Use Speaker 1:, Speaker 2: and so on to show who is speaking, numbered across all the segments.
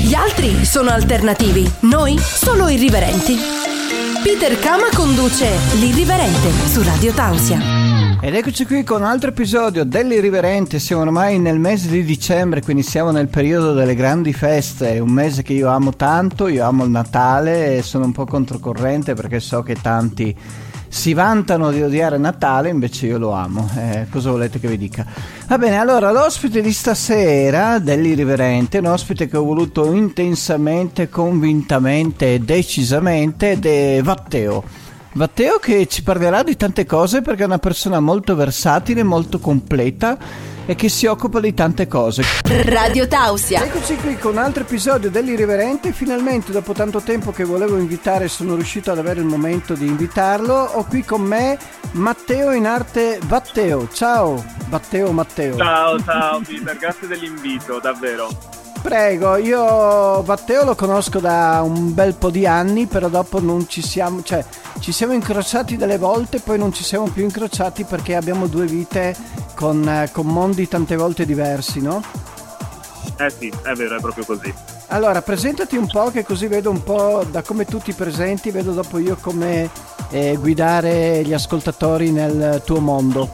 Speaker 1: Gli altri sono alternativi, noi solo irriverenti. Peter Kama conduce L'Irriverente su Radio Tausia.
Speaker 2: Ed eccoci qui con un altro episodio dell'Irriverente. Siamo ormai nel mese di dicembre, quindi siamo nel periodo delle grandi feste. È un mese che io amo tanto, io amo il Natale e sono un po' controcorrente perché so che tanti si vantano di odiare Natale, invece io lo amo. Cosa volete che vi dica? Va bene, allora l'ospite di stasera dell'Irriverente è un ospite che ho voluto intensamente, convintamente e decisamente, ed è Vatteo, che ci parlerà di tante cose perché è una persona molto versatile, molto completa e che si occupa di tante cose.
Speaker 1: Radio Tausia.
Speaker 2: Eccoci qui con un altro episodio dell'Irriverente. Finalmente, dopo tanto tempo che volevo invitare, sono riuscito ad avere il momento di invitarlo. Ho qui con me Matteo, in arte Vatteo. Ciao Matteo.
Speaker 3: Ciao Peter, grazie dell'invito, davvero.
Speaker 2: Prego, io Matteo lo conosco da un bel po' di anni, però dopo non ci siamo, cioè ci siamo incrociati delle volte, poi non ci siamo più incrociati perché abbiamo due vite con mondi tante volte diversi, no?
Speaker 3: Sì, è vero, è proprio così.
Speaker 2: Allora, presentati un po', che così vedo un po' da come tu ti presenti, vedo dopo io come guidare gli ascoltatori nel tuo mondo.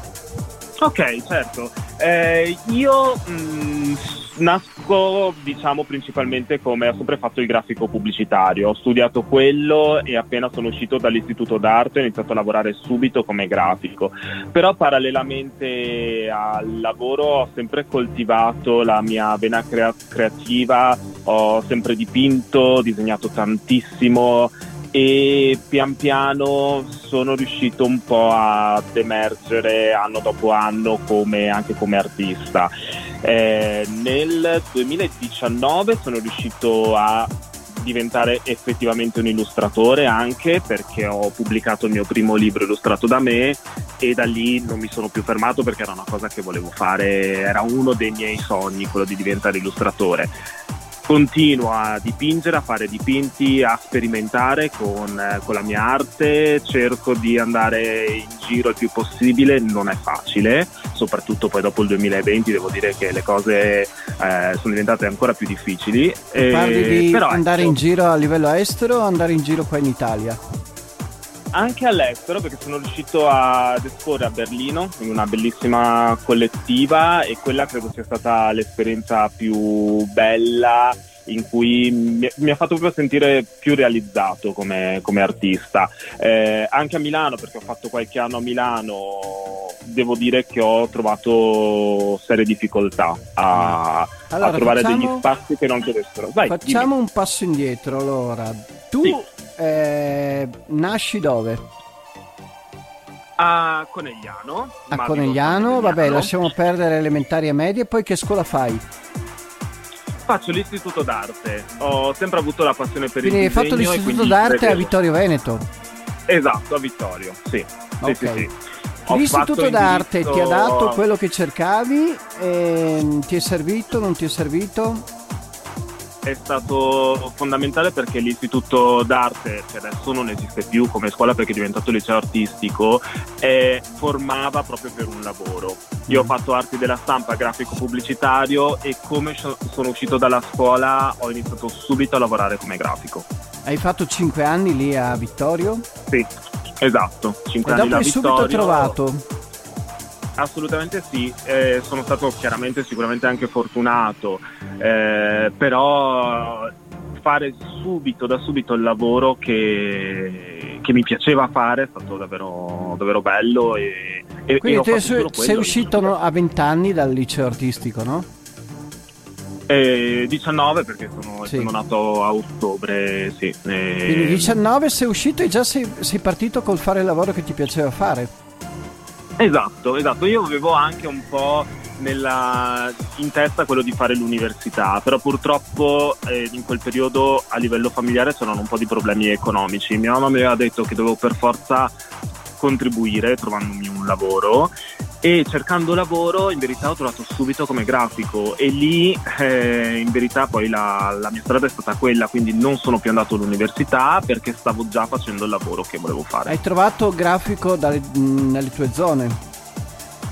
Speaker 3: Ok, certo. Io nasco, diciamo, principalmente come ho sempre fatto il grafico pubblicitario. Ho studiato quello e appena sono uscito dall'istituto d'arte ho iniziato a lavorare subito come grafico. Però parallelamente al lavoro ho sempre coltivato la mia vena creativa, ho sempre dipinto, disegnato tantissimo e pian piano sono riuscito un po' ad emergere anno dopo anno anche come artista. Nel 2019 sono riuscito a diventare effettivamente un illustratore, anche perché ho pubblicato il mio primo libro illustrato da me e da lì non mi sono più fermato perché era una cosa che volevo fare, era uno dei miei sogni, quello di diventare illustratore. Continuo a dipingere, a fare dipinti, a sperimentare con la mia arte, cerco di andare in giro il più possibile, non è facile, soprattutto poi dopo il 2020 devo dire che le cose sono diventate ancora più difficili.
Speaker 2: Parli di
Speaker 3: però
Speaker 2: andare in giro a livello estero o andare in giro qua in Italia?
Speaker 3: Anche all'estero, perché sono riuscito ad esporre a Berlino in una bellissima collettiva e quella credo sia stata l'esperienza più bella, in cui mi ha fatto proprio sentire più realizzato come artista. Anche a Milano, perché ho fatto qualche anno a Milano, devo dire che ho trovato serie difficoltà a trovare degli spazi che non chiedessero.
Speaker 2: Facciamo un passo indietro. Allora, tu
Speaker 3: sì.
Speaker 2: Nasci dove?
Speaker 3: A Conegliano.
Speaker 2: A Conegliano, vabbè, lasciamo perdere elementari e medie. Poi che scuola fai?
Speaker 3: Faccio l'istituto d'arte. Ho sempre avuto la passione per
Speaker 2: quindi
Speaker 3: il disegno.
Speaker 2: Quindi hai fatto l'istituto d'arte a Vittorio Veneto?
Speaker 3: Esatto, a Vittorio, sì.
Speaker 2: Ok.
Speaker 3: Sì.
Speaker 2: L'istituto d'arte ti ha dato quello che cercavi? Ti è servito, non ti è servito?
Speaker 3: È stato fondamentale perché l'istituto d'arte, che adesso non esiste più come scuola perché è diventato liceo artistico, formava proprio per un lavoro. Io ho fatto arti della stampa, grafico pubblicitario e come sono uscito dalla scuola ho iniziato subito a lavorare come grafico.
Speaker 2: Hai fatto 5 anni lì a Vittorio?
Speaker 3: Sì, esatto, 5 anni a Vittorio.
Speaker 2: E dopo hai subito trovato?
Speaker 3: Assolutamente sì, sono stato chiaramente sicuramente anche fortunato, però fare da subito il lavoro che mi piaceva fare è stato davvero, davvero bello.
Speaker 2: Quindi te sei uscito a 20 anni dal liceo artistico, no?
Speaker 3: 19 perché sono nato a ottobre, sì.
Speaker 2: Quindi 19 sei uscito e già sei partito col fare il lavoro che ti piaceva fare.
Speaker 3: Esatto, io avevo anche un po' in testa quello di fare l'università, però purtroppo in quel periodo a livello familiare c'erano un po' di problemi economici. Mia mamma mi aveva detto che dovevo per forza contribuire trovandomi un lavoro e cercando lavoro in verità ho trovato subito come grafico e lì in verità poi la mia strada è stata quella, quindi non sono più andato all'università perché stavo già facendo il lavoro che volevo fare.
Speaker 2: Hai trovato grafico nelle tue zone?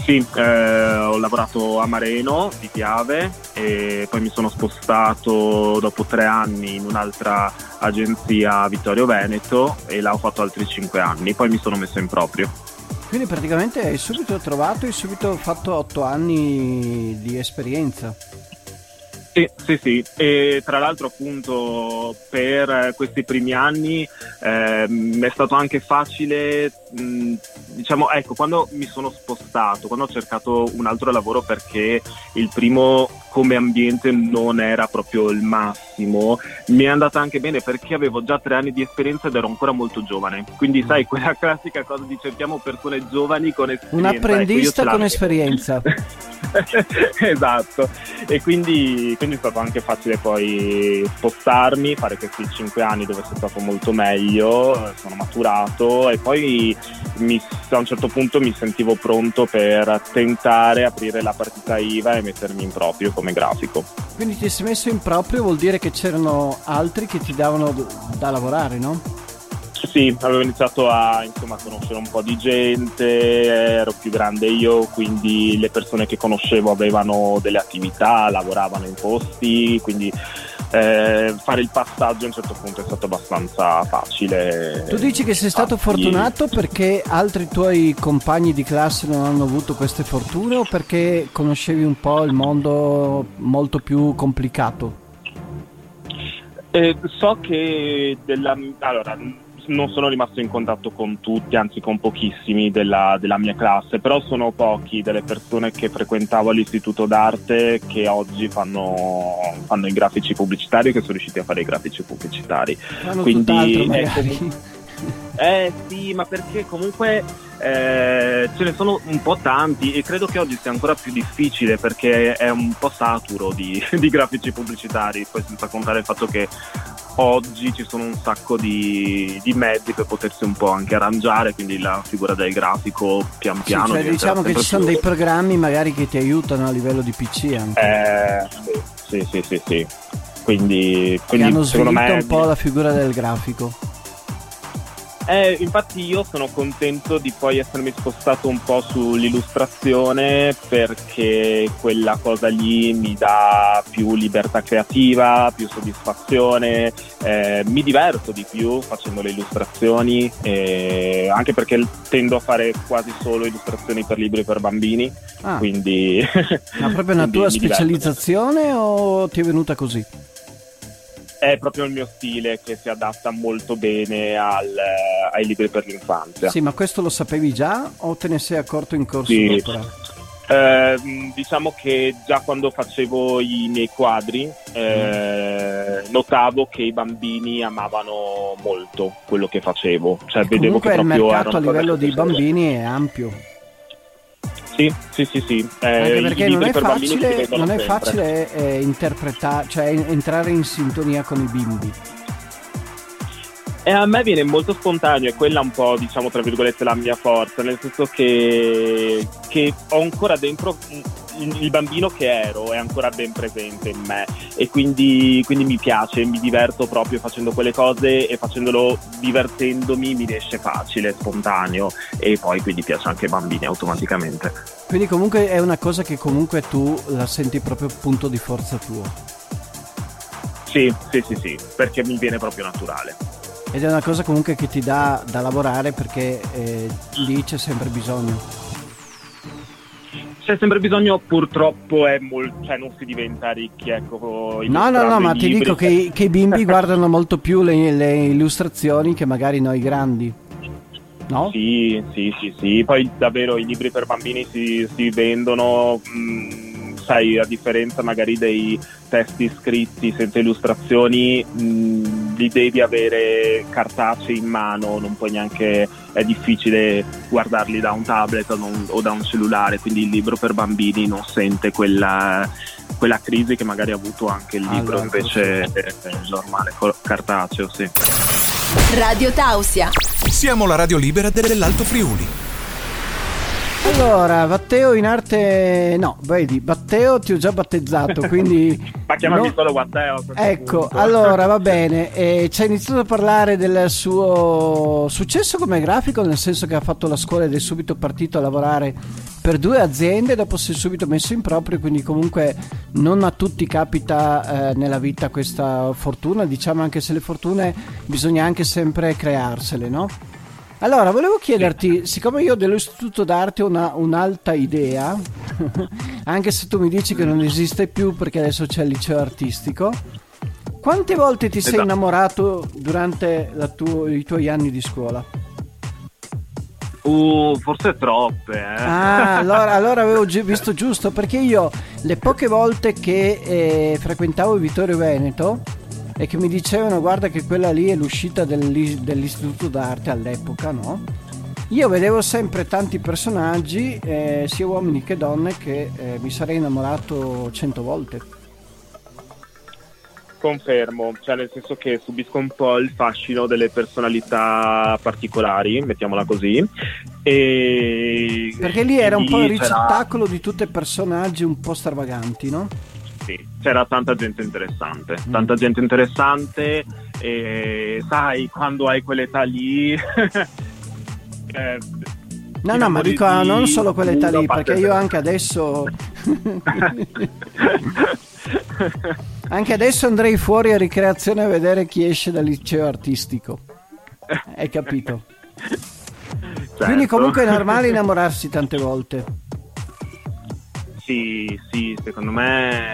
Speaker 3: Sì, ho lavorato a Mareno di Piave e poi mi sono spostato dopo 3 anni in un'altra agenzia a Vittorio Veneto e là ho fatto altri 5 anni, poi mi sono messo in proprio.
Speaker 2: Quindi praticamente hai subito fatto 8 anni di esperienza.
Speaker 3: Sì, e tra l'altro appunto per questi primi anni è stato anche facile, diciamo, ecco, quando mi sono spostato, quando ho cercato un altro lavoro perché il primo come ambiente non era proprio il massimo, mi è andata anche bene perché avevo già 3 anni di esperienza ed ero ancora molto giovane, quindi sai, quella classica cosa di cerchiamo persone giovani con esperienza.
Speaker 2: Un apprendista con esperienza.
Speaker 3: Esatto, e quindi è stato anche facile poi spostarmi, fare questi 5 anni dove sono stato molto meglio, sono maturato e poi a un certo punto mi sentivo pronto per tentare aprire la partita IVA e mettermi in proprio come grafico.
Speaker 2: Quindi ti sei messo in proprio, vuol dire che c'erano altri che ti davano da lavorare, no?
Speaker 3: Sì, avevo iniziato a conoscere un po' di gente, ero più grande io, quindi le persone che conoscevo avevano delle attività, lavoravano in posti, quindi fare il passaggio a un certo punto è stato abbastanza facile.
Speaker 2: Tu dici che sei stato fortunato perché altri tuoi compagni di classe non hanno avuto queste fortune o perché conoscevi un po' il mondo molto più complicato?
Speaker 3: So che non sono rimasto in contatto con tutti, anzi con pochissimi della mia classe, però sono pochi delle persone che frequentavo all'istituto d'arte che oggi fanno i grafici pubblicitari, che sono riusciti a fare i grafici pubblicitari.
Speaker 2: Fanno tutt'altro magari.
Speaker 3: Sì, ma perché comunque ce ne sono un po' tanti e credo che oggi sia ancora più difficile perché è un po' saturo di grafici pubblicitari, poi senza contare il fatto che oggi ci sono un sacco di mezzi per potersi un po' anche arrangiare, quindi la figura del grafico pian piano.
Speaker 2: Sì, cioè diciamo che ci sono dei programmi magari che ti aiutano a livello di PC anche.
Speaker 3: Sì. Quindi
Speaker 2: che hanno
Speaker 3: secondo
Speaker 2: svilito
Speaker 3: me
Speaker 2: un po' la figura del grafico.
Speaker 3: Infatti io sono contento di poi essermi spostato un po' sull'illustrazione perché quella cosa lì mi dà più libertà creativa, più soddisfazione, mi diverto di più facendo le illustrazioni, anche perché tendo a fare quasi solo illustrazioni per libri per bambini, quindi...
Speaker 2: Ma proprio una tua specializzazione o ti è venuta così?
Speaker 3: È proprio il mio stile che si adatta molto bene ai libri per l'infanzia.
Speaker 2: Sì, ma questo lo sapevi già o te ne sei accorto in corso d'opera?
Speaker 3: Diciamo che già quando facevo i miei quadri notavo che i bambini amavano molto quello che facevo. Cioè, vedevo che
Speaker 2: il
Speaker 3: proprio
Speaker 2: mercato a livello di bambini è ampio.
Speaker 3: Sì.
Speaker 2: Anche perché non è facile interpretare, cioè entrare in sintonia con i bimbi.
Speaker 3: E a me viene molto spontaneo, e quella un po', diciamo, tra virgolette, la mia forza, nel senso che ho ancora dentro il bambino che ero, è ancora ben presente in me, e quindi mi piace, mi diverto proprio facendo quelle cose, e facendolo divertendomi mi riesce facile, spontaneo, e poi quindi piace anche ai bambini automaticamente.
Speaker 2: Quindi comunque è una cosa che comunque tu la senti proprio punto di forza tuo.
Speaker 3: Sì, perché mi viene proprio naturale.
Speaker 2: Ed è una cosa comunque che ti dà da lavorare perché lì c'è sempre bisogno.
Speaker 3: C'è sempre bisogno, purtroppo cioè non si diventa ricchi, ecco.
Speaker 2: No, ma ti dico che i bimbi guardano molto più le illustrazioni che magari noi grandi, no?
Speaker 3: Sì, poi davvero i libri per bambini si vendono, sai, a differenza magari dei testi scritti senza illustrazioni, li devi avere cartacei in mano, non puoi neanche, è difficile guardarli da un tablet o da un cellulare, quindi il libro per bambini non sente quella crisi che magari ha avuto anche il libro invece normale, cartaceo, sì.
Speaker 1: Radio Tausia.
Speaker 4: Siamo la radio libera dell'Alto Friuli.
Speaker 2: Allora, Matteo in arte... No, vedi, Matteo ti ho già battezzato, quindi...
Speaker 3: Ma chiamami solo Matteo.
Speaker 2: Ecco, punto. Allora, va bene. Ci ha iniziato a parlare del suo successo come grafico, nel senso che ha fatto la scuola ed è subito partito a lavorare per 2 aziende, dopo sei subito messo in proprio, quindi comunque non a tutti capita nella vita questa fortuna, diciamo, anche se le fortune bisogna anche sempre crearsele, no? Allora, volevo chiederti, siccome io dell'Istituto d'Arte ho un'alta idea, anche se tu mi dici che non esiste più perché adesso c'è il liceo artistico, quante volte ti sei innamorato durante i tuoi anni di scuola?
Speaker 3: Forse troppe.
Speaker 2: Allora avevo visto giusto, perché io le poche volte che frequentavo il Vittorio Veneto e che mi dicevano guarda che quella lì è l'uscita dell'Istituto d'Arte all'epoca, no? Io vedevo sempre tanti personaggi, sia uomini che donne, che mi sarei innamorato 100 volte.
Speaker 3: Confermo, cioè nel senso che subisco un po' il fascino delle personalità particolari, mettiamola così.
Speaker 2: Perché lì era un po' il ricettacolo di tutti i personaggi un po' stravaganti, no?
Speaker 3: Sì, c'era tanta gente interessante, e sai, quando hai quell'età lì
Speaker 2: no, ma dico non solo quell'età lì, perché io anche adesso anche adesso andrei fuori a ricreazione a vedere chi esce dal liceo artistico, hai capito? Certo. Quindi comunque è normale innamorarsi tante volte.
Speaker 3: Sì, secondo me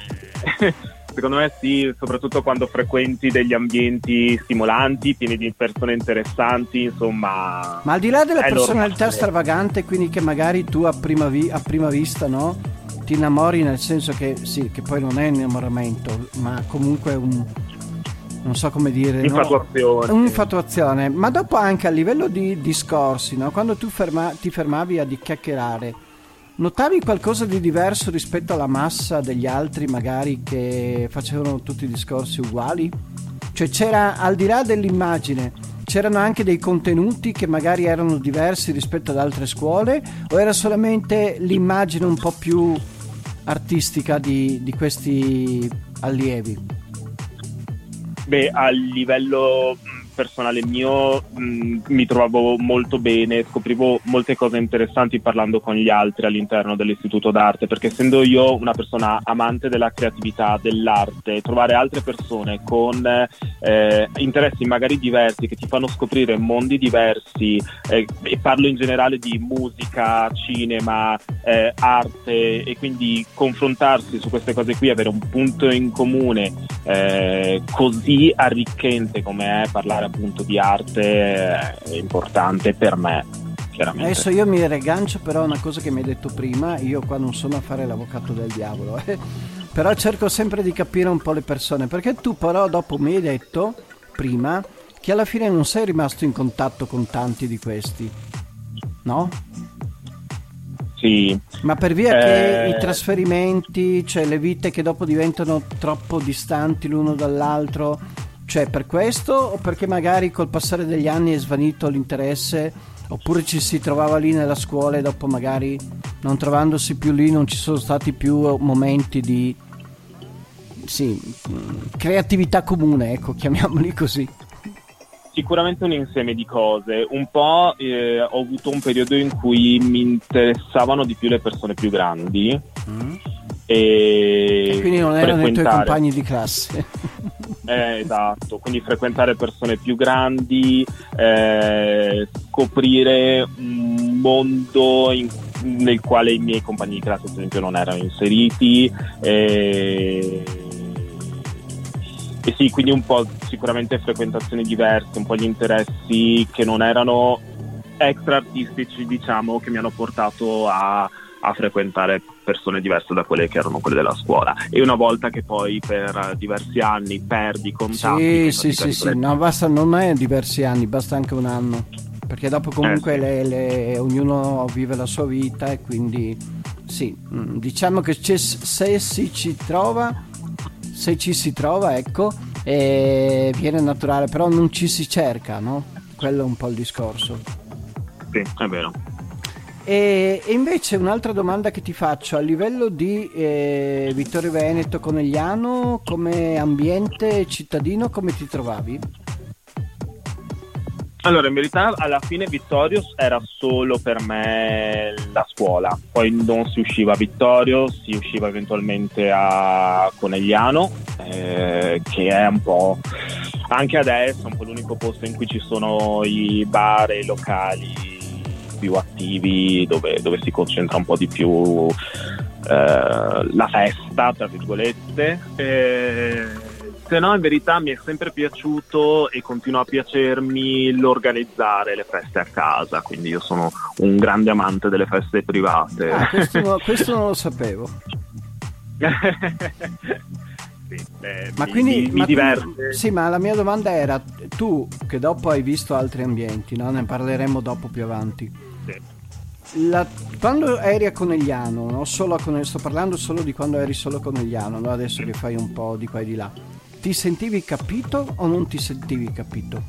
Speaker 3: sì, soprattutto quando frequenti degli ambienti stimolanti, pieni di persone interessanti, insomma.
Speaker 2: Ma al di là della personalità stravagante, quindi che magari tu a prima vista, no? Ti innamori, nel senso che sì, che poi non è un innamoramento, ma comunque non so come dire,
Speaker 3: infatuazione.
Speaker 2: No? Un'infatuazione, ma dopo anche a livello di discorsi, no? Quando tu ti fermavi a chiacchierare, notavi qualcosa di diverso rispetto alla massa degli altri magari che facevano tutti i discorsi uguali? Cioè c'era, al di là dell'immagine, c'erano anche dei contenuti che magari erano diversi rispetto ad altre scuole, o era solamente l'immagine un po' più artistica di questi allievi?
Speaker 3: Beh, a livello personale mio mi trovavo molto bene, scoprivo molte cose interessanti parlando con gli altri all'interno dell'Istituto d'Arte, perché essendo io una persona amante della creatività, dell'arte, trovare altre persone con interessi magari diversi che ti fanno scoprire mondi diversi, e parlo in generale di musica, cinema, arte, e quindi confrontarsi su queste cose qui, avere un punto in comune così arricchente come è parlare appunto di arte, è importante per me, chiaramente.
Speaker 2: Adesso io mi rigancio però a una cosa che mi hai detto prima. Io qua non sono a fare l'avvocato del diavolo, però cerco sempre di capire un po' le persone, perché tu però dopo mi hai detto prima che alla fine non sei rimasto in contatto con tanti di questi, no?
Speaker 3: Sì.
Speaker 2: Ma per via che i trasferimenti, cioè le vite che dopo diventano troppo distanti l'uno dall'altro, cioè per questo, o perché magari col passare degli anni è svanito l'interesse, oppure ci si trovava lì nella scuola e dopo magari non trovandosi più lì non ci sono stati più momenti di creatività comune, ecco, chiamiamoli così.
Speaker 3: Sicuramente un insieme di cose. Un po' ho avuto un periodo in cui mi interessavano di più le persone più grandi e
Speaker 2: quindi non erano i tuoi compagni di classe.
Speaker 3: Esatto, quindi frequentare persone più grandi, scoprire un mondo nel quale i miei compagni di classe per esempio non erano inseriti, e sì, quindi un po' sicuramente frequentazioni diverse, un po' gli interessi che non erano extra artistici, diciamo, che mi hanno portato a frequentare persone diverse da quelle che erano quelle della scuola. E una volta che poi per diversi anni perdi contatti,
Speaker 2: sì, no, basta, non è diversi anni, basta anche un anno, perché dopo comunque ognuno vive la sua vita, e quindi sì, diciamo che se ci si trova, ecco, viene naturale, però non ci si cerca, no? Quello è un po' il discorso.
Speaker 3: Sì, è vero.
Speaker 2: E invece un'altra domanda che ti faccio, a livello di Vittorio Veneto, Conegliano, come ambiente cittadino, come ti trovavi?
Speaker 3: Allora, in verità alla fine Vittorios era solo per me la scuola, poi non si usciva a Vittorios, si usciva eventualmente a Conegliano, che è un po', anche adesso, un po' l'unico posto in cui ci sono i bar e i locali più attivi, dove si concentra un po' di più la festa, tra virgolette. Se no, in verità mi è sempre piaciuto e continua a piacermi l'organizzare le feste a casa, quindi io sono un grande amante delle feste private.
Speaker 2: Questo non lo sapevo.
Speaker 3: Sì,
Speaker 2: ma quindi
Speaker 3: mi diverte.
Speaker 2: Sì, ma la mia domanda era, tu che dopo hai visto altri ambienti, no? Ne parleremo dopo più avanti.
Speaker 3: Sì.
Speaker 2: Quando eri a Conegliano, no? Sto parlando solo di quando eri solo a Conegliano, no? Adesso che fai un po' di qua e di là, ti sentivi capito o non ti sentivi capito?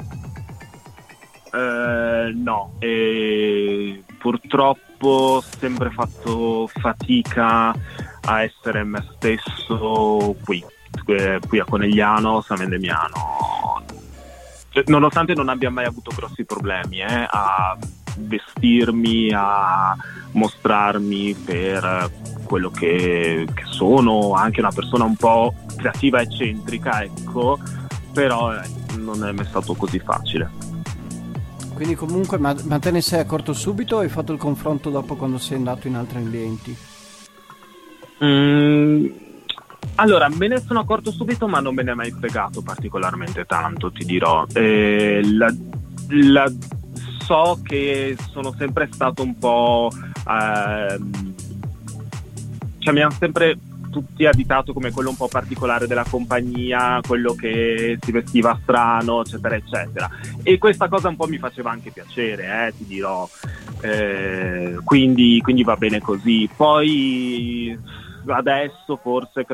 Speaker 3: No, purtroppo ho sempre fatto fatica a essere me stesso qui a Conegliano, San Vendemiano, nonostante non abbia mai avuto grossi problemi a vestirmi, a mostrarmi per quello che sono, anche una persona un po' creativa, eccentrica, ecco, però non è mai stato così facile.
Speaker 2: Quindi comunque, ma te ne sei accorto subito o hai fatto il confronto dopo quando sei andato in altri ambienti?
Speaker 3: Allora, me ne sono accorto subito, ma non me ne è mai fregato particolarmente tanto, ti dirò. So che sono sempre stato un po'... cioè mi hanno sempre tutti additato come quello un po' particolare della compagnia, quello che si vestiva strano, eccetera, eccetera. E questa cosa un po' mi faceva anche piacere, ti dirò. Quindi va bene così. Poi adesso, forse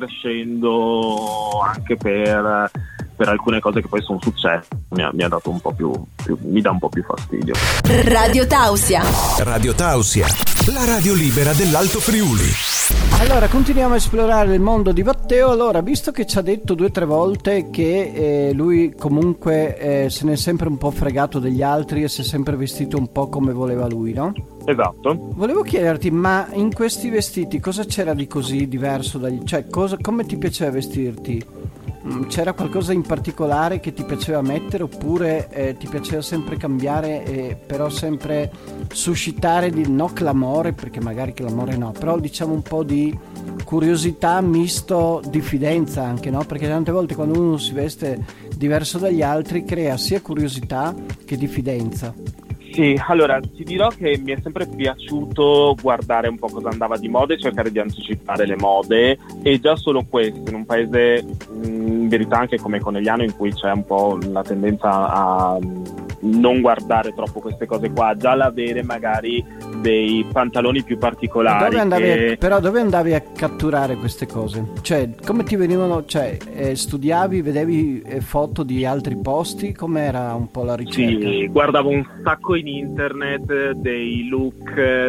Speaker 3: crescendo, anche per alcune cose che poi sono successe, mi ha dato un po' più, mi dà un po' più fastidio.
Speaker 1: Radio Tausia.
Speaker 4: Radio Tausia, la radio libera dell'Alto Friuli.
Speaker 2: Allora, continuiamo a esplorare il mondo di Matteo. Allora, visto che ci ha detto 2 o 3 volte che lui comunque se ne è sempre un po' fregato degli altri e si è sempre vestito un po' come voleva lui, no?
Speaker 3: Esatto.
Speaker 2: Volevo chiederti, ma in questi vestiti cosa c'era di così diverso dagli... Cioè, come ti piaceva vestirti? C'era qualcosa in particolare che ti piaceva mettere, oppure ti piaceva sempre cambiare, però sempre suscitare no clamore, perché magari clamore no, però diciamo un po' di curiosità misto diffidenza anche, no? Perché tante volte quando uno si veste diverso dagli altri crea sia curiosità che diffidenza.
Speaker 3: Sì, allora ti dirò che mi è sempre piaciuto guardare un po' cosa andava di moda e cercare di anticipare le mode, e già solo questo in un paese in verità anche come Conegliano, in cui c'è un po' la tendenza a non guardare troppo queste cose qua, già l'avere magari dei pantaloni più particolari.
Speaker 2: Dove andavi a catturare queste cose? Cioè, come ti venivano? Cioè, studiavi, vedevi foto di altri posti? Com'era un po' la ricerca?
Speaker 3: Sì, guardavo un sacco in internet dei look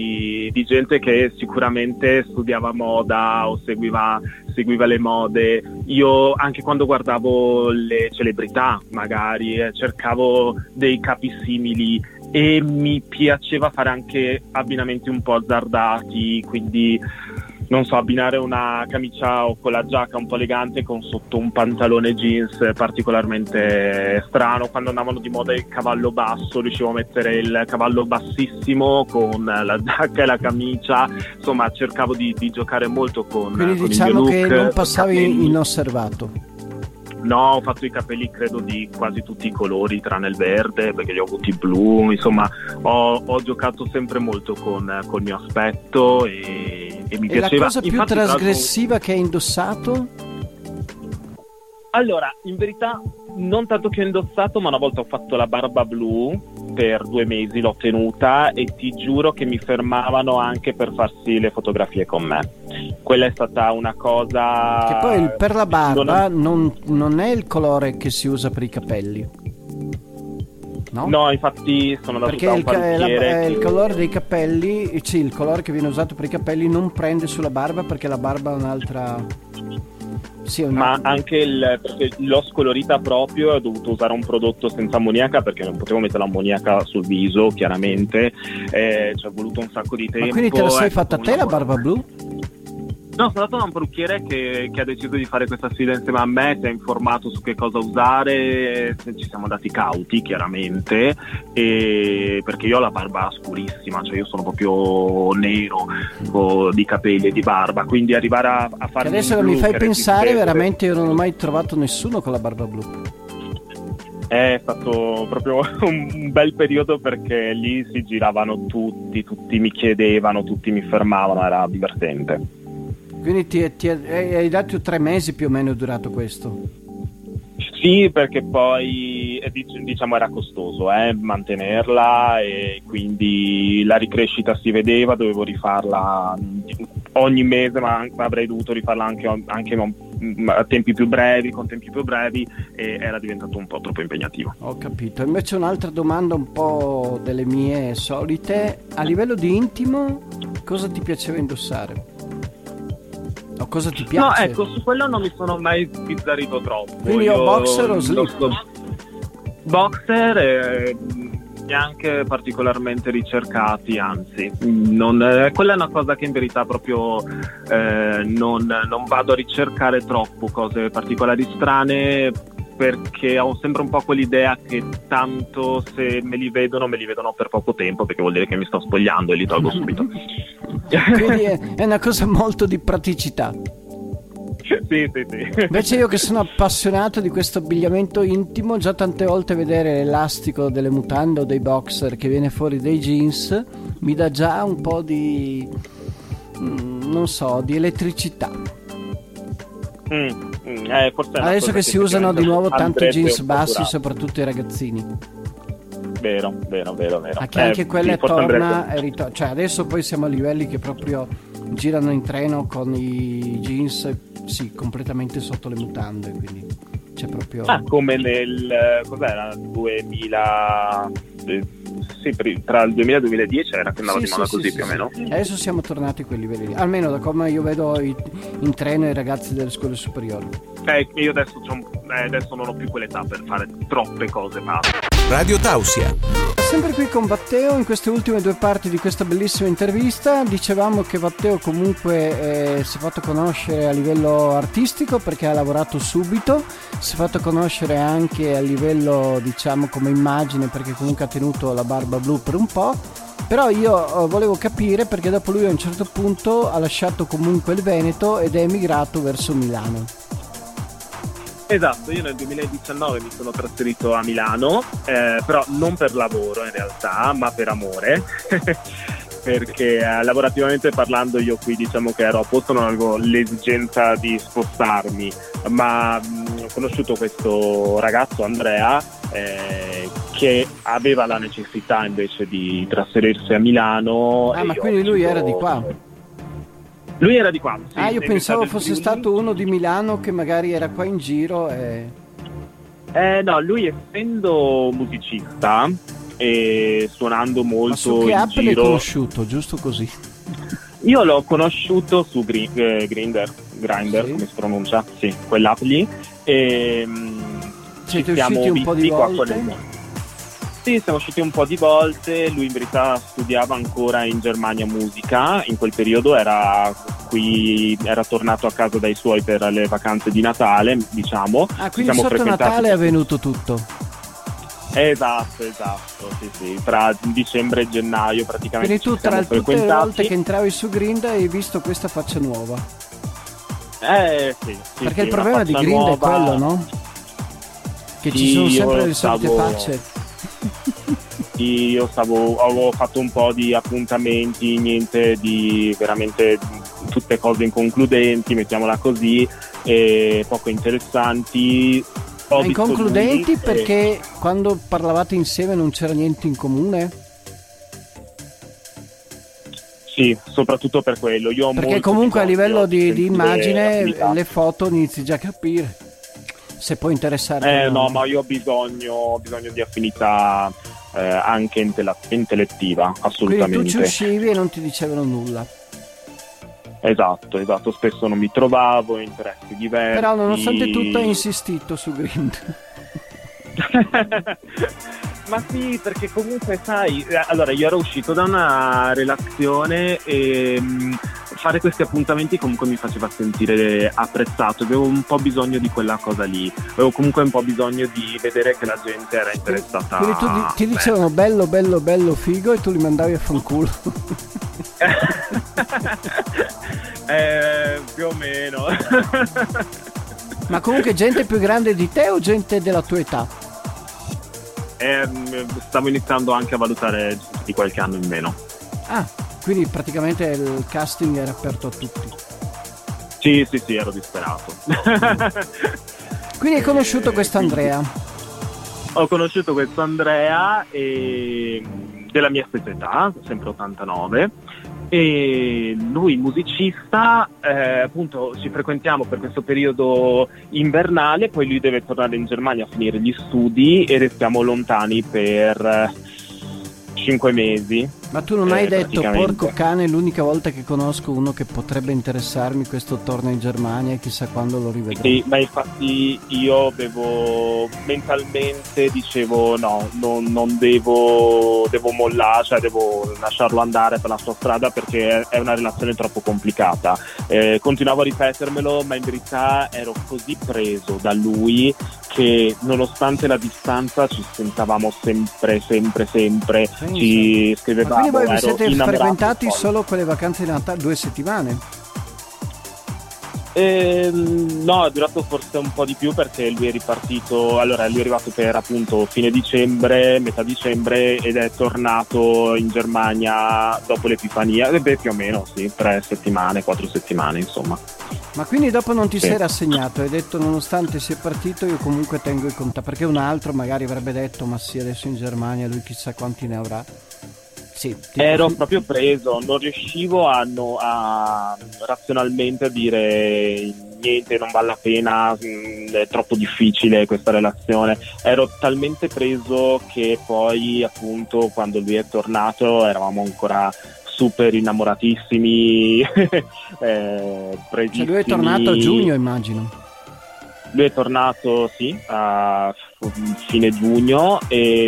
Speaker 3: di gente che sicuramente studiava moda o seguiva le mode. Io anche quando guardavo le celebrità magari cercavo dei capi simili, e mi piaceva fare anche abbinamenti un po' azzardati, quindi non so, abbinare una camicia o con la giacca un po' elegante con sotto un pantalone jeans particolarmente strano. Quando andavano di moda il cavallo basso, riuscivo a mettere il cavallo bassissimo con la giacca e la camicia, insomma cercavo di giocare molto con
Speaker 2: diciamo
Speaker 3: il mio
Speaker 2: che
Speaker 3: look,
Speaker 2: non passavi
Speaker 3: capelli.
Speaker 2: Inosservato.
Speaker 3: No, ho fatto i capelli credo di quasi tutti i colori tranne il verde, perché li ho avuti blu, insomma ho giocato sempre molto con il mio aspetto e mi piaceva.
Speaker 2: E la cosa più
Speaker 3: infatti,
Speaker 2: trasgressiva che hai indossato?
Speaker 3: Allora, in verità non tanto che ho indossato, ma una volta ho fatto la barba blu per 2 mesi, l'ho tenuta, e ti giuro che mi fermavano anche per farsi le fotografie con me. Quella è stata una cosa
Speaker 2: che poi per la barba non è il colore che si usa per i capelli, no?
Speaker 3: No, infatti sono andato da un parrucchiere
Speaker 2: il colore dei capelli, sì, il colore che viene usato per i capelli non prende sulla barba, perché la barba ha un'altra... Sì,
Speaker 3: ma anche perché l'ho scolorita proprio, ho dovuto usare un prodotto senza ammoniaca perché non potevo mettere l'ammoniaca sul viso, chiaramente. Ci è voluto un sacco di tempo.
Speaker 2: Ma quindi te la sei fatta te la barba blu?
Speaker 3: No, sono andato da un parrucchiere che ha deciso di fare questa sfida insieme a me, si è informato su che cosa usare, ci siamo dati cauti chiaramente, perché io ho la barba scurissima, cioè io sono proprio nero di capelli e di barba, quindi arrivare a fare...
Speaker 2: Adesso che mi fai pensare, veramente io non ho mai trovato nessuno con la barba blu.
Speaker 3: È stato proprio un bel periodo perché lì si giravano tutti mi chiedevano, tutti mi fermavano, era divertente.
Speaker 2: Quindi hai dato 3 mesi più o meno è durato questo?
Speaker 3: Sì, perché poi diciamo era costoso mantenerla, e quindi la ricrescita si vedeva, dovevo rifarla ogni mese, ma avrei dovuto rifarla anche a tempi più brevi, con tempi più brevi, e era diventato un po' troppo impegnativo.
Speaker 2: Ho capito. Invece un'altra domanda un po' delle mie solite: a livello di intimo cosa ti piaceva indossare? O cosa ti piace?
Speaker 3: No, ecco, su quello non mi sono mai sbizzarrito troppo.
Speaker 2: Quindi io boxer o slip?
Speaker 3: Boxer, neanche particolarmente ricercati, anzi quella è una cosa che in verità proprio non vado a ricercare troppo cose particolari strane, perché ho sempre un po' quell'idea che tanto se me li vedono per poco tempo, perché vuol dire che mi sto spogliando e li tolgo subito.
Speaker 2: Quindi è una cosa molto di praticità.
Speaker 3: Sì.
Speaker 2: Invece io che sono appassionato di questo abbigliamento intimo, già tante volte vedere l'elastico delle mutande o dei boxer che viene fuori dai jeans mi dà già un po' di non so, di elettricità.
Speaker 3: Forse
Speaker 2: adesso che si usano di nuovo tanto jeans bassi, soprattutto i ragazzini.
Speaker 3: Vero.
Speaker 2: Anche quella torna e cioè adesso poi siamo a livelli che proprio girano in treno con i jeans completamente sotto le mutande, quindi c'è proprio
Speaker 3: come nel cos'era 2000, tra il 2000 e il 2010 era che andava di moda così più o meno.
Speaker 2: Adesso siamo tornati a quei livelli, almeno da come io vedo in treno i ragazzi delle scuole superiori.
Speaker 3: Io adesso non ho più quell'età per fare troppe cose, ma
Speaker 4: Radio Tausia.
Speaker 2: Sempre qui con Matteo in queste ultime 2 parti di questa bellissima intervista. Dicevamo che Matteo comunque si è fatto conoscere a livello artistico perché ha lavorato subito, si è fatto conoscere anche a livello diciamo come immagine perché comunque ha tenuto la barba blu per un po'. Però io volevo capire perché dopo lui a un certo punto ha lasciato comunque il Veneto ed è emigrato verso Milano.
Speaker 3: Esatto, io nel 2019 mi sono trasferito a Milano, però non per lavoro in realtà, ma per amore, perché lavorativamente parlando io qui diciamo che ero a posto, non avevo l'esigenza di spostarmi, ma ho conosciuto questo ragazzo Andrea che aveva la necessità invece di trasferirsi a Milano.
Speaker 2: Ma quindi lui era di qua?
Speaker 3: Lui era di qua. Sì,
Speaker 2: io pensavo fosse stato uno di Milano che magari era qua in giro
Speaker 3: no, lui essendo musicista e suonando molto.
Speaker 2: Ma su che app l'hai conosciuto, giusto così?
Speaker 3: Io l'ho conosciuto su Grindr, sì. Come si pronuncia? Sì, quell'app lì.
Speaker 2: Siete usciti un po' di volte?
Speaker 3: Sì, siamo usciti un po' di volte. Lui in verità studiava ancora in Germania musica, in quel periodo era tornato a casa dai suoi per le vacanze di Natale, diciamo.
Speaker 2: Quindi sotto Natale è avvenuto tutto.
Speaker 3: Esatto, sì, tra dicembre e gennaio praticamente.
Speaker 2: Quindi tu tra tutte le volte che entravi su Grindr hai visto questa faccia nuova?
Speaker 3: Sì.
Speaker 2: Perché il problema di Grindr è quello, no? Che ci sono sempre le solite facce.
Speaker 3: Io avevo fatto un po' di appuntamenti, niente di veramente, tutte cose inconcludenti, mettiamola così, e poco interessanti.
Speaker 2: Inconcludenti perché quando parlavate insieme non c'era niente in comune?
Speaker 3: Sì, soprattutto per quello.
Speaker 2: Perché comunque a livello di immagine le foto inizi già a capire se può interessare.
Speaker 3: No, ma io ho bisogno di affinità anche intellettiva, assolutamente.
Speaker 2: Quindi tu ci uscivi e non ti dicevano nulla.
Speaker 3: Esatto, spesso non mi trovavo, interessi diversi.
Speaker 2: Però nonostante tutto hai insistito su Grind.
Speaker 3: Ma sì, perché comunque sai, allora io ero uscito da una relazione e fare questi appuntamenti comunque mi faceva sentire apprezzato, avevo un po' bisogno di quella cosa lì, avevo comunque un po' bisogno di vedere che la gente era interessata.
Speaker 2: Quindi tu ti dicevano bello, bello, bello, figo e tu li mandavi a fanculo.
Speaker 3: Più o meno.
Speaker 2: Ma comunque gente più grande di te o gente della tua età?
Speaker 3: Stavo iniziando anche a valutare gente di qualche anno in meno.
Speaker 2: Ah, quindi praticamente il casting era aperto a tutti.
Speaker 3: Sì, ero disperato.
Speaker 2: Quindi hai conosciuto quest'Andrea?
Speaker 3: Ho conosciuto questo Andrea della mia stessa età, sempre 89, e lui musicista, appunto ci frequentiamo per questo periodo invernale, poi lui deve tornare in Germania a finire gli studi e restiamo lontani per 5 mesi.
Speaker 2: Ma tu non hai detto, porco cane, l'unica volta che conosco uno che potrebbe interessarmi, questo torna in Germania e chissà quando lo rivedrò.
Speaker 3: Sì, ma infatti io mentalmente dicevo no, non devo mollare, cioè devo lasciarlo andare per la sua strada perché è una relazione troppo complicata. Continuavo a ripetermelo, ma in verità ero così preso da lui che nonostante la distanza ci sentavamo sempre, ci scrivevamo.
Speaker 2: Ma quindi voi vi siete frequentati solo quelle vacanze di Natale, 2 settimane?
Speaker 3: No, è durato forse un po' di più perché lui è ripartito, allora lui è arrivato per appunto fine dicembre, metà dicembre, ed è tornato in Germania dopo l'Epifania, più o meno sì, 3 settimane, 4 settimane insomma.
Speaker 2: Ma quindi dopo non ti sei rassegnato, hai detto nonostante sia partito io comunque tengo il contatto, perché un altro magari avrebbe detto ma sì adesso in Germania lui chissà quanti ne avrà. Sì,
Speaker 3: ero proprio preso, non riuscivo a razionalmente a dire niente, non vale la pena, è troppo difficile questa relazione. Ero talmente preso che poi appunto quando lui è tornato eravamo ancora super innamoratissimi.
Speaker 2: Cioè lui è tornato a giugno immagino.
Speaker 3: Lui è tornato sì a fine giugno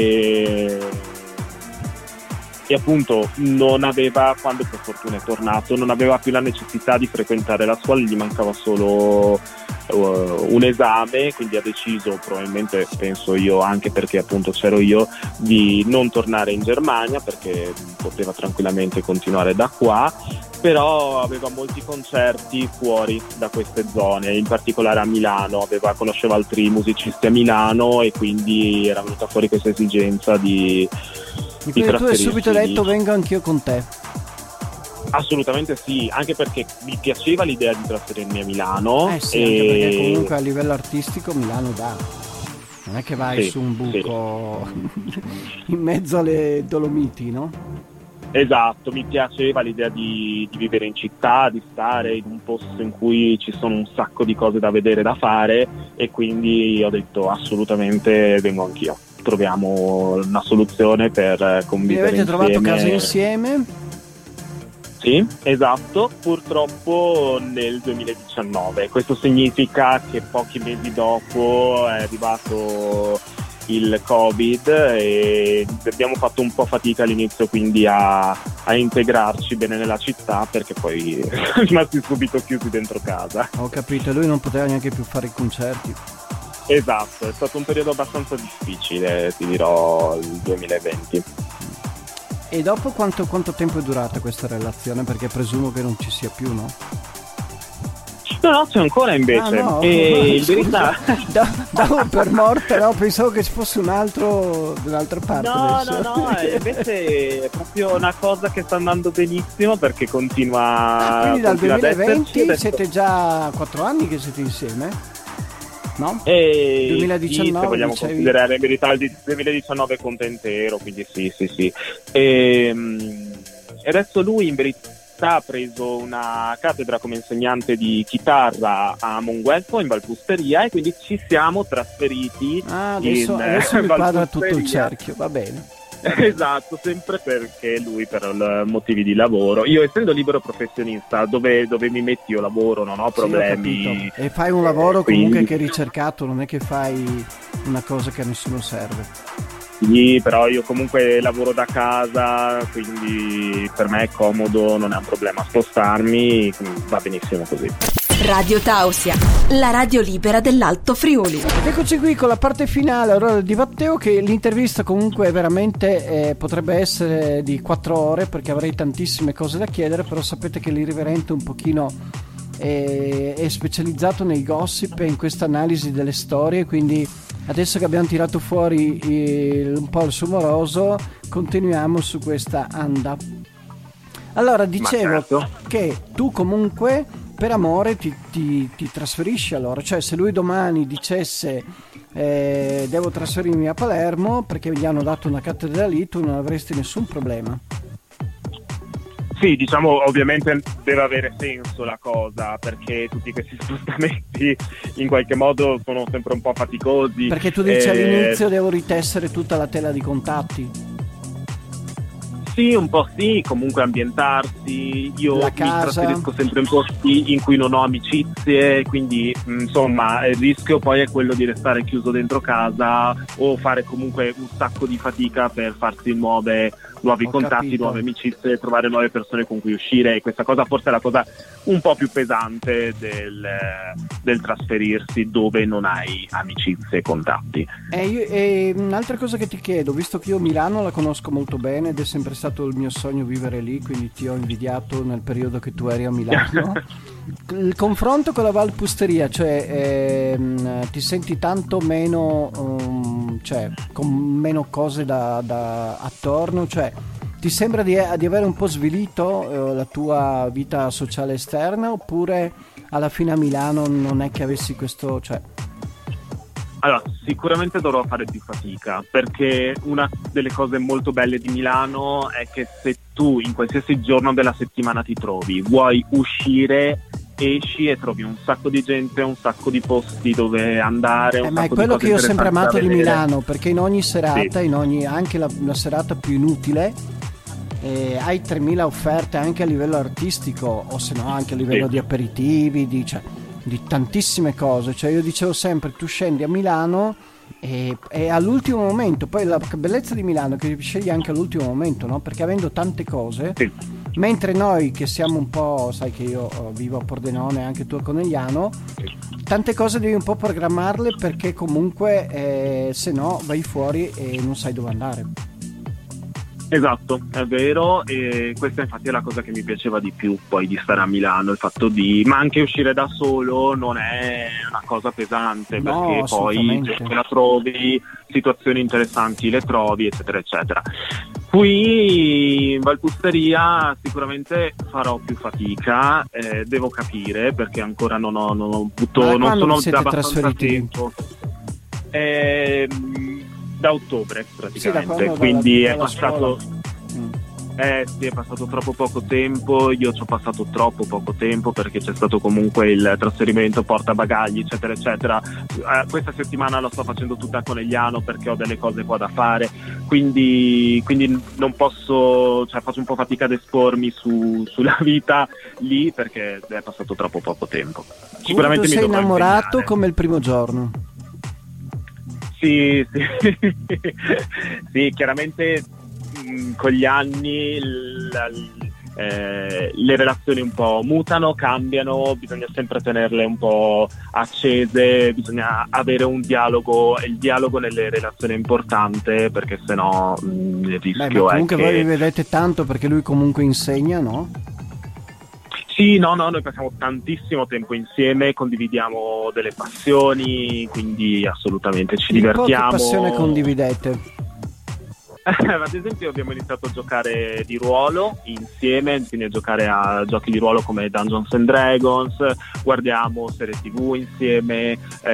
Speaker 3: e appunto non aveva, quando per fortuna è tornato, non aveva più la necessità di frequentare la scuola, gli mancava solo un esame, quindi ha deciso, probabilmente penso io anche perché appunto c'ero io, di non tornare in Germania perché poteva tranquillamente continuare da qua, però aveva molti concerti fuori da queste zone, in particolare a Milano, conosceva altri musicisti a Milano e quindi era venuta fuori questa esigenza di
Speaker 2: quindi tu hai subito detto vengo anch'io con te.
Speaker 3: Assolutamente sì, anche perché mi piaceva l'idea di trasferirmi a Milano.
Speaker 2: Sì, anche perché comunque a livello artistico Milano dà. Non è che vai su un buco in mezzo alle Dolomiti, no?
Speaker 3: Esatto, mi piaceva l'idea di vivere in città, di stare in un posto in cui ci sono un sacco di cose da vedere, da fare, e quindi ho detto assolutamente vengo anch'io. Troviamo una soluzione per convivere insieme.
Speaker 2: Avete trovato casa insieme?
Speaker 3: Sì, esatto, purtroppo nel 2019. Questo significa che pochi mesi dopo è arrivato il Covid e abbiamo fatto un po' fatica all'inizio quindi a integrarci bene nella città, perché poi siamo rimasti subito chiusi dentro casa.
Speaker 2: Ho capito, lui non poteva neanche più fare i concerti.
Speaker 3: Esatto, è stato un periodo abbastanza difficile, ti dirò, il 2020.
Speaker 2: E dopo quanto tempo è durata questa relazione? Perché presumo che non ci sia più, no?
Speaker 3: No, c'è ancora invece.
Speaker 2: No,
Speaker 3: in verità
Speaker 2: davo per morto, no? Pensavo che ci fosse un altro dall'altra parte.
Speaker 3: No, invece è proprio una cosa che sta andando benissimo perché continua.
Speaker 2: Quindi dal 2020
Speaker 3: adesso...
Speaker 2: siete già 4 anni che siete insieme? No?
Speaker 3: 2019, sì, se vogliamo considerare in verità il 2019 conto intero, quindi sì. E adesso lui in verità ha preso una cattedra come insegnante di chitarra a Monguelfo in Valpusteria e quindi ci siamo trasferiti.
Speaker 2: Adesso mi quadra tutto il cerchio, va bene.
Speaker 3: Esatto, sempre perché lui per motivi di lavoro. Io, essendo libero professionista, dove mi metti io lavoro, non ho problemi.
Speaker 2: Sì, ho capito. E fai un lavoro comunque che è ricercato, non è che fai una cosa che a nessuno serve.
Speaker 3: Sì, però io comunque lavoro da casa, quindi per me è comodo, non è un problema spostarmi, va benissimo così.
Speaker 1: Radio Tausia, la radio libera dell'Alto Friuli.
Speaker 2: Ed eccoci qui con la parte finale allora di Matteo, che l'intervista comunque veramente potrebbe essere di 4 ore, perché avrei tantissime cose da chiedere, però sapete che l'Irriverente un pochino è specializzato nei gossip e in questa analisi delle storie, quindi adesso che abbiamo tirato fuori un po' il sumoroso, continuiamo su questa anda. Allora, dicevo che tu comunque per amore ti trasferisci, allora, cioè se lui domani dicesse devo trasferirmi a Palermo perché gli hanno dato una cattedra lì, tu non avresti nessun problema.
Speaker 3: Sì, diciamo, ovviamente deve avere senso la cosa, perché tutti questi spostamenti in qualche modo sono sempre un po' faticosi.
Speaker 2: Perché tu dici all'inizio devo ritessere tutta la tela di contatti.
Speaker 3: Sì, un po' sì, comunque ambientarsi. Io
Speaker 2: la
Speaker 3: mi
Speaker 2: casa.
Speaker 3: trasferisco sempre in posti in cui non ho amicizie, quindi insomma il rischio poi è quello di restare chiuso dentro casa o fare comunque un sacco di fatica per farsi nuovi contatti,
Speaker 2: capito.
Speaker 3: nuove amicizie, trovare nuove persone con cui uscire, e questa cosa forse è la cosa un po' più pesante del trasferirsi dove non hai amicizie e contatti.
Speaker 2: E un'altra cosa che ti chiedo, visto che io Milano la conosco molto bene ed è sempre stato il mio sogno vivere lì, quindi ti ho invidiato nel periodo che tu eri a Milano. Il confronto con la Valpusteria, cioè ti senti tanto meno, cioè con meno cose da attorno, cioè ti sembra di avere un po' svilito la tua vita sociale esterna, oppure alla fine a Milano non è che avessi questo, cioè...
Speaker 3: Allora, sicuramente dovrò fare più fatica, perché una delle cose molto belle di Milano è che se tu in qualsiasi giorno della settimana ti trovi, vuoi uscire, esci e trovi un sacco di gente, un sacco di posti dove andare.
Speaker 2: Ma è quello che io ho sempre amato di Milano, perché in ogni serata, sì, anche la serata più inutile, hai 3000 offerte anche a livello artistico, o se no anche a livello di aperitivi, di tantissime cose. Cioè io dicevo sempre, tu scendi a Milano e all'ultimo momento, poi la bellezza di Milano è che scegli anche all'ultimo momento, no? Perché avendo tante cose, sì, mentre noi che siamo un po', sai che io vivo a Pordenone, anche tu a Conegliano, tante cose devi un po' programmarle, perché comunque se no vai fuori e non sai dove andare.
Speaker 3: Esatto, è vero, e questa infatti è la cosa che mi piaceva di più poi di stare a Milano, il fatto ma anche uscire da solo non è una cosa pesante,
Speaker 2: no,
Speaker 3: perché poi te la trovi, situazioni interessanti le trovi, eccetera eccetera. Qui in Valpusteria sicuramente farò più fatica, devo capire, perché ancora non ho avuto, non sono da abbastanza tempo. Da ottobre praticamente, sì, quindi è passato sì, è passato troppo poco tempo. Io ci ho passato troppo poco tempo, perché c'è stato comunque il trasferimento portabagagli eccetera eccetera. Questa settimana la sto facendo tutta a Conegliano perché ho delle cose qua da fare, quindi non posso, cioè faccio un po' fatica ad espormi sulla vita lì, perché è passato troppo poco tempo. Sicuramente
Speaker 2: tu
Speaker 3: mi
Speaker 2: sei innamorato
Speaker 3: impegnare.
Speaker 2: come il primo giorno.
Speaker 3: Sì. Sì, chiaramente con gli anni le relazioni un po' mutano, cambiano, bisogna sempre tenerle un po' accese, bisogna avere un dialogo, e il dialogo nelle relazioni è importante, perché sennò il rischio è
Speaker 2: comunque
Speaker 3: che...
Speaker 2: voi vi vedete tanto, perché lui comunque insegna, no?
Speaker 3: Sì, no, noi passiamo tantissimo tempo insieme, condividiamo delle passioni, quindi assolutamente ci divertiamo.
Speaker 2: Che passione condividete?
Speaker 3: Ad esempio abbiamo iniziato a giocare di ruolo insieme, quindi a giocare a giochi di ruolo come Dungeons and Dragons, guardiamo serie TV insieme,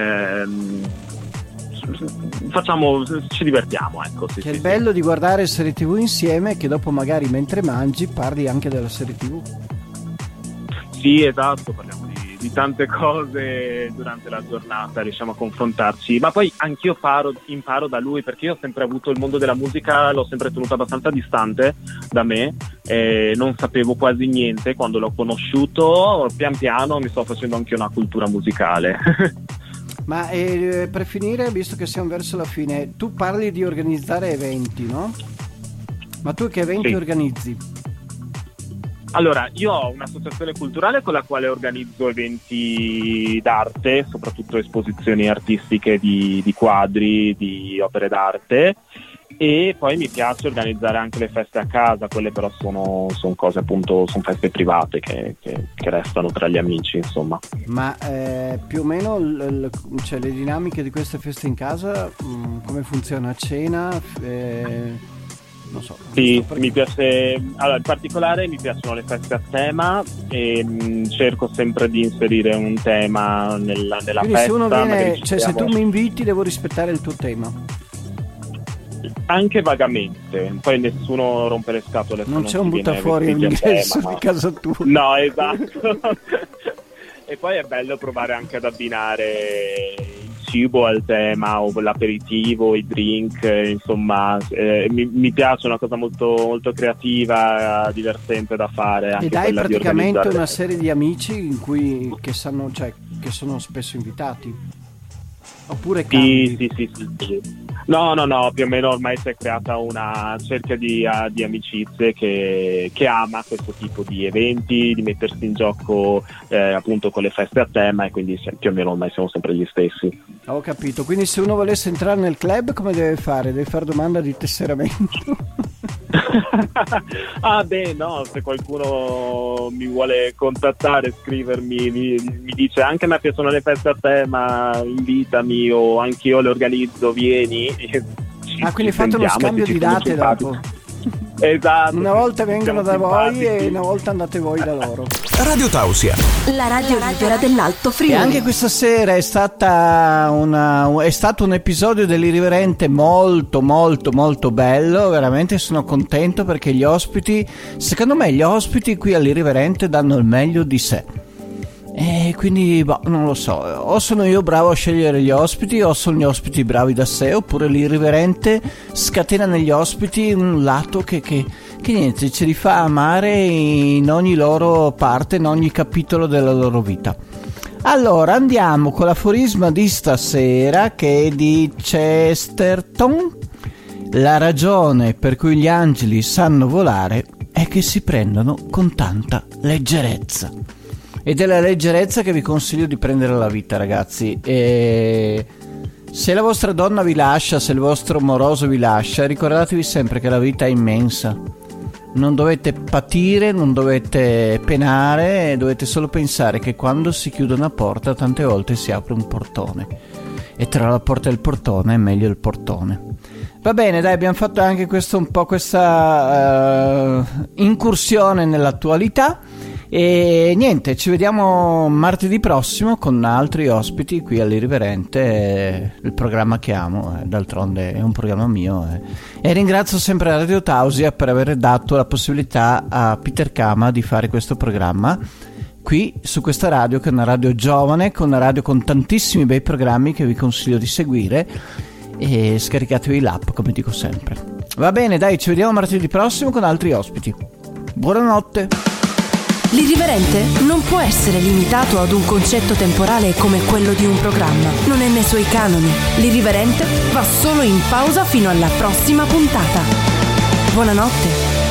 Speaker 3: ci divertiamo, ecco. Sì,
Speaker 2: che è il bello di guardare serie TV insieme, che dopo magari mentre mangi parli anche della serie TV.
Speaker 3: Sì, esatto, parliamo di di tante cose durante la giornata, riusciamo a confrontarci, ma poi anch'io imparo da lui, perché io ho sempre avuto il mondo della musica, l'ho sempre tenuto abbastanza distante da me, non sapevo quasi niente. Quando l'ho conosciuto, pian piano mi sto facendo anche una cultura musicale.
Speaker 2: Ma per finire, visto che siamo verso la fine, tu parli di organizzare eventi, no? Ma tu che eventi organizzi?
Speaker 3: Allora, io ho un'associazione culturale con la quale organizzo eventi d'arte, soprattutto esposizioni artistiche di quadri, di opere d'arte, e poi mi piace organizzare anche le feste a casa. Quelle però sono cose, appunto, sono feste private che restano tra gli amici, insomma. Ma
Speaker 2: più o meno cioè, le dinamiche di queste feste in casa, come funziona? A cena? Non so.
Speaker 3: Sì, mi piace. Allora, in particolare mi piacciono le feste a tema e cerco sempre di inserire un tema nella
Speaker 2: Quindi
Speaker 3: festa.
Speaker 2: Se uno viene, cioè, se tu mi inviti, devo rispettare il tuo tema.
Speaker 3: Anche vagamente, poi nessuno rompe le scatole.
Speaker 2: Non c'è un buttafuori all'ingresso di casa tua.
Speaker 3: No, esatto. E poi è bello provare anche ad abbinare il cibo al tema, o l'aperitivo, i drink, insomma, mi piace, una cosa molto, molto creativa, divertente da fare. Anche
Speaker 2: ed hai praticamente una serie di amici che sanno, cioè, che sono spesso invitati? Oppure cambi?
Speaker 3: Sì. No, più o meno ormai si è creata una cerchia di amicizie che ama questo tipo di eventi, di mettersi in gioco appunto con le feste a tema, e quindi più o meno ormai siamo sempre gli stessi.
Speaker 2: Ho capito, quindi se uno volesse entrare nel club come deve fare? Deve fare domanda di tesseramento?
Speaker 3: No, se qualcuno mi vuole contattare, scrivermi, mi dice anche a me piacciono le feste a tema, invitami, o anch'io le organizzo, vieni.
Speaker 2: Quindi fate uno scambio di date dopo.
Speaker 3: Esatto.
Speaker 2: Una volta vengono da voi e una volta andate voi da loro.
Speaker 4: Radio Tausia,
Speaker 1: la radio libera dell'Alto Friuli.
Speaker 2: E anche questa sera è stato un episodio dell'Irriverente molto molto molto bello. Veramente sono contento perché secondo me gli ospiti qui all'Irriverente danno il meglio di sé. E quindi non lo so, o sono io bravo a scegliere gli ospiti, o sono gli ospiti bravi da sé, oppure l'Irriverente scatena negli ospiti un lato che niente, ce li fa amare in ogni loro parte, in ogni capitolo della loro vita. Allora andiamo con l'aforisma di stasera, che è di Chesterton. La ragione per cui gli angeli sanno volare è che si prendono con tanta leggerezza. Ed è la leggerezza che vi consiglio di prendere alla vita, ragazzi. E se la vostra donna vi lascia, se il vostro moroso vi lascia, ricordatevi sempre che la vita è immensa. Non dovete patire, non dovete penare, dovete solo pensare che quando si chiude una porta tante volte si apre un portone, e tra la porta e il portone è meglio il portone. Va bene, dai, abbiamo fatto anche questa incursione nell'attualità. E niente, ci vediamo martedì prossimo con altri ospiti qui all'Irriverente, il programma che amo, d'altronde è un programma mio, e ringrazio sempre Radio Tausia per aver dato la possibilità a Peter Kama di fare questo programma qui su questa radio, che è una radio giovane, con una radio con tantissimi bei programmi che vi consiglio di seguire, e scaricatevi l'app, come dico sempre. Va bene, dai, ci vediamo martedì prossimo con altri ospiti. Buonanotte.
Speaker 1: L'Irriverente non può essere limitato ad un concetto temporale come quello di un programma. Non è nei suoi canoni. L'Irriverente va solo in pausa fino alla prossima puntata. Buonanotte.